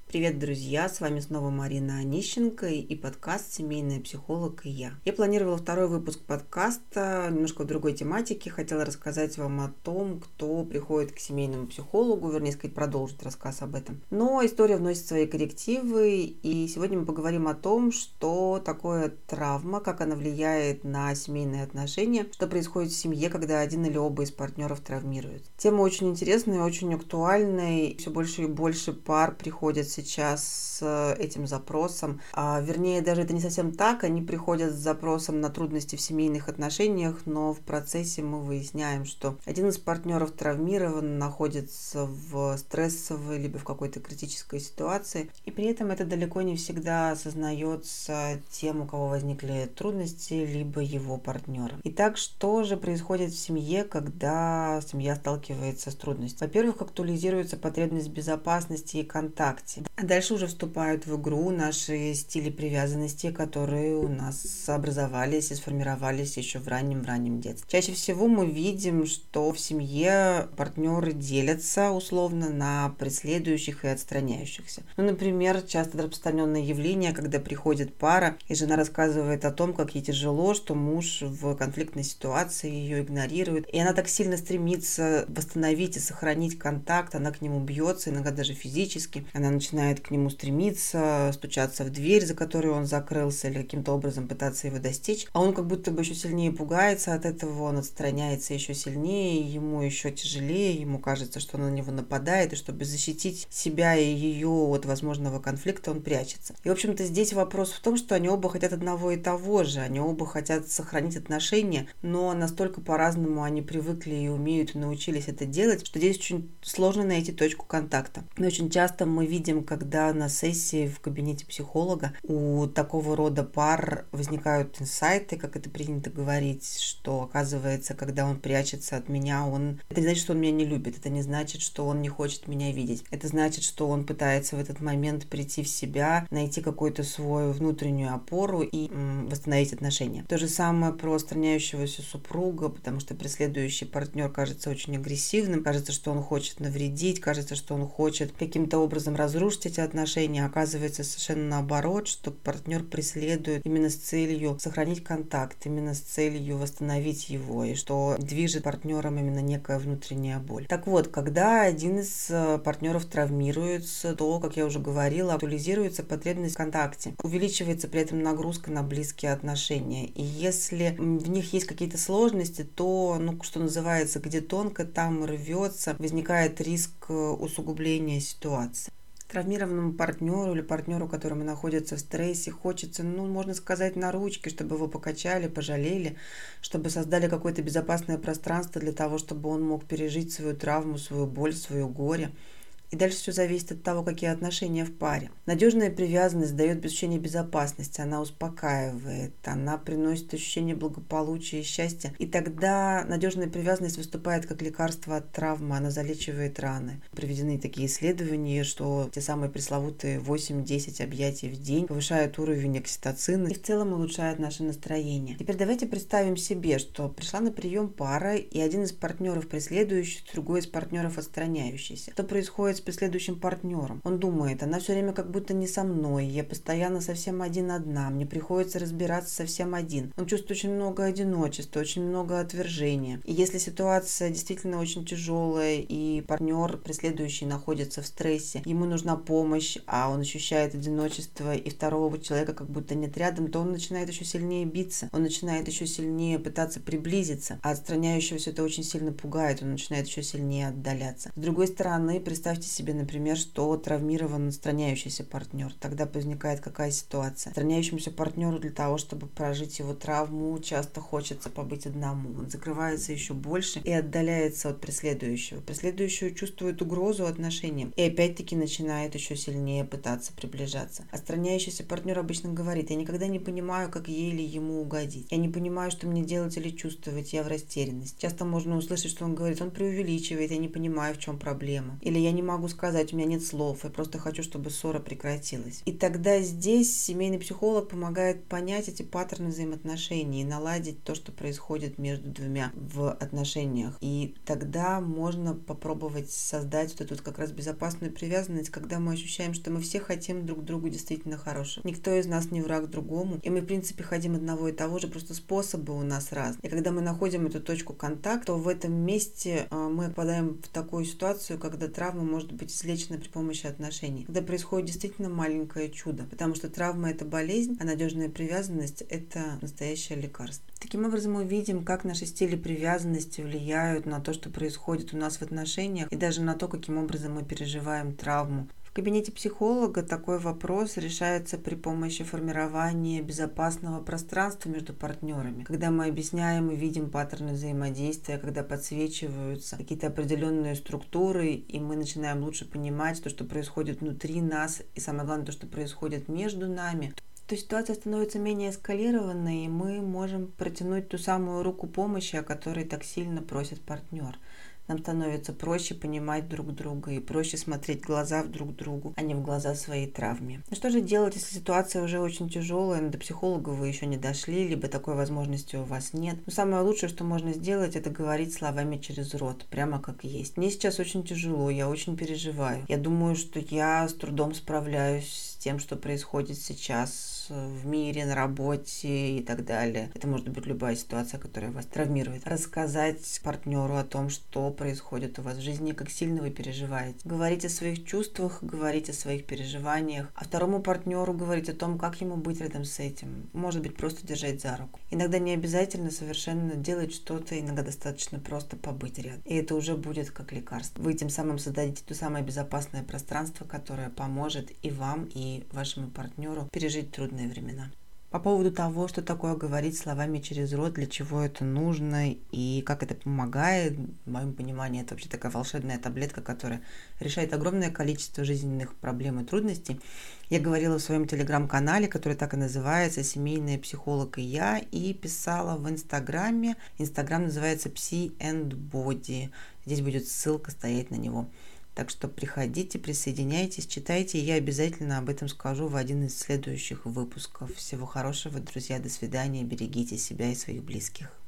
Привет, друзья! С вами снова Марина Онищенко и подкаст «Семейный психолог и я». Я планировала второй выпуск подкаста немножко в другой тематике. Хотела рассказать вам о том, кто приходит к семейному психологу, вернее сказать, продолжить рассказ об этом. Но история вносит свои коррективы, и сегодня мы поговорим о том, что такое травма, как она влияет на семейные отношения, что происходит в семье, когда один или оба из партнеров травмируют. Тема очень интересная, очень актуальная, и все больше и больше пар приходят сейчас с этим запросом. Вернее, даже это не совсем так, они приходят с запросом на трудности в семейных отношениях, но в процессе мы выясняем, что один из партнеров травмирован, находится в стрессовой либо в какой-то критической ситуации, и при этом это далеко не всегда осознается тем, у кого возникли трудности, либо его партнера. Итак, что же происходит в семье, когда семья сталкивается с трудностями? Во-первых, актуализируется потребность в безопасности и контакте. А дальше уже вступают в игру наши стили привязанности, которые у нас образовались и сформировались еще в раннем детстве. Чаще всего мы видим, что в семье партнеры делятся условно на преследующих и отстраняющихся. Например, часто распространенное явление, когда приходит пара, и жена рассказывает о том, как ей тяжело, что муж в конфликтной ситуации ее игнорирует, и она так сильно стремится восстановить и сохранить контакт, она к нему бьется, иногда даже физически, она начинает к нему стремиться, стучаться в дверь, за которой он закрылся, или каким-то образом пытаться его достичь. А он как будто бы еще сильнее пугается от этого, он отстраняется еще сильнее, ему еще тяжелее, ему кажется, что он на него нападает, и чтобы защитить себя и ее от возможного конфликта, он прячется. И, в общем-то, здесь вопрос в том, что они оба хотят одного и того же, они оба хотят сохранить отношения, но настолько по-разному они привыкли и умеют и научились это делать, что здесь очень сложно найти точку контакта. И очень часто мы видим, когда на сессии в кабинете психолога у такого рода пар возникают инсайты, как это принято говорить, что оказывается, когда он прячется от меня, это не значит, что он меня не любит, это не значит, что он не хочет меня видеть. Это значит, что он пытается в этот момент прийти в себя, найти какую-то свою внутреннюю опору и восстановить отношения. То же самое про отстраняющегося супруга, потому что преследующий партнер кажется очень агрессивным, кажется, что он хочет навредить, кажется, что он хочет каким-то образом разрушить эти отношения. Оказывается совершенно наоборот, что партнер преследует именно с целью сохранить контакт, именно с целью восстановить его, и что движет партнером именно некая внутренняя боль. Так вот, когда один из партнеров травмируется, то, как я уже говорила, актуализируется потребность в контакте, увеличивается при этом нагрузка на близкие отношения. И если в них есть какие-то сложности, то, что называется, где тонко, там рвется, возникает риск усугубления ситуации. Травмированному партнеру или партнеру, которому находится в стрессе, хочется, можно сказать, на ручки, чтобы его покачали, пожалели, чтобы создали какое-то безопасное пространство для того, чтобы он мог пережить свою травму, свою боль, свое горе. И дальше все зависит от того, какие отношения в паре. Надежная привязанность дает ощущение безопасности, она успокаивает, она приносит ощущение благополучия и счастья. И тогда надежная привязанность выступает как лекарство от травмы, она залечивает раны. Проведены такие исследования, что те самые пресловутые 8-10 объятий в день повышают уровень окситоцина и в целом улучшают наше настроение. Теперь давайте представим себе, что пришла на прием пара, и один из партнеров преследующий, другой из партнеров отстраняющийся. Что происходит с преследующим партнером? Он думает, она все время как будто не со мной, я постоянно совсем одна, мне приходится разбираться совсем один. Он чувствует очень много одиночества, очень много отвержения. И если ситуация действительно очень тяжелая, и партнер преследующий находится в стрессе, ему нужна помощь, а он ощущает одиночество, и второго человека как будто нет рядом, то он начинает еще сильнее биться, он начинает еще сильнее пытаться приблизиться, а отстраняющегося это очень сильно пугает, он начинает еще сильнее отдаляться. С другой стороны, представьте себе, например, что травмирован отстраняющийся партнер. Тогда возникает какая ситуация? Отстраняющемуся партнеру для того, чтобы прожить его травму, часто хочется побыть одному. Он закрывается еще больше и отдаляется от преследующего. Преследующий чувствует угрозу отношениям и опять-таки начинает еще сильнее пытаться приближаться. Отстраняющийся партнер обычно говорит: я никогда не понимаю, как ей или ему угодить. Я не понимаю, что мне делать или чувствовать, я в растерянности. Часто можно услышать, что он говорит: он преувеличивает, я не понимаю, в чем проблема. Или я не могу могу сказать, у меня нет слов, я просто хочу, чтобы ссора прекратилась. И тогда здесь семейный психолог помогает понять эти паттерны взаимоотношений и наладить то, что происходит между двумя в отношениях. И тогда можно попробовать создать вот эту как раз безопасную привязанность, когда мы ощущаем, что мы все хотим друг другу действительно хорошего. Никто из нас не враг другому, и мы, в принципе, хотим одного и того же, просто способы у нас разные. И когда мы находим эту точку контакта, то в этом месте мы попадаем в такую ситуацию, когда травма может быть излечена при помощи отношений. Когда происходит действительно маленькое чудо, потому что травма – это болезнь, а надежная привязанность – это настоящее лекарство. Таким образом, мы видим, как наши стили привязанности влияют на то, что происходит у нас в отношениях, и даже на то, каким образом мы переживаем травму. В кабинете психолога такой вопрос решается при помощи формирования безопасного пространства между партнерами. Когда мы объясняем и видим паттерны взаимодействия, когда подсвечиваются какие-то определенные структуры, и мы начинаем лучше понимать то, что происходит внутри нас, и самое главное, то, что происходит между нами, то ситуация становится менее эскалированной, и мы можем протянуть ту самую руку помощи, о которой так сильно просит партнер. Нам становится проще понимать друг друга и проще смотреть в глаза друг другу, а не в глаза своей травме. Ну что же делать, если ситуация уже очень тяжелая, но до психолога вы еще не дошли, либо такой возможности у вас нет? Но самое лучшее, что можно сделать, это говорить словами через рот, прямо как есть. Мне сейчас очень тяжело, я очень переживаю. Я думаю, что я с трудом справляюсь с тем, что происходит сейчас в мире, на работе и так далее. Это может быть любая ситуация, которая вас травмирует. Рассказать партнеру о том, что происходит у вас в жизни, как сильно вы переживаете. Говорить о своих чувствах, говорить о своих переживаниях, а второму партнеру говорить о том, как ему быть рядом с этим. Может быть, просто держать за руку. Иногда не обязательно совершенно делать что-то, иногда достаточно просто побыть рядом. И это уже будет как лекарство. Вы тем самым создадите то самое безопасное пространство, которое поможет и вам, и вашему партнеру пережить трудные времена. По поводу того, что такое говорить словами через рот, для чего это нужно и как это помогает, в моем понимании, это вообще такая волшебная таблетка, которая решает огромное количество жизненных проблем и трудностей. Я говорила в своем телеграм-канале, который так и называется «Семейная психолог и я», и писала в Инстаграме. Инстаграм называется Psy and Body. Здесь будет ссылка стоять на него. Так что приходите, присоединяйтесь, читайте, и я обязательно об этом скажу в один из следующих выпусков. Всего хорошего, друзья, до свидания, берегите себя и своих близких.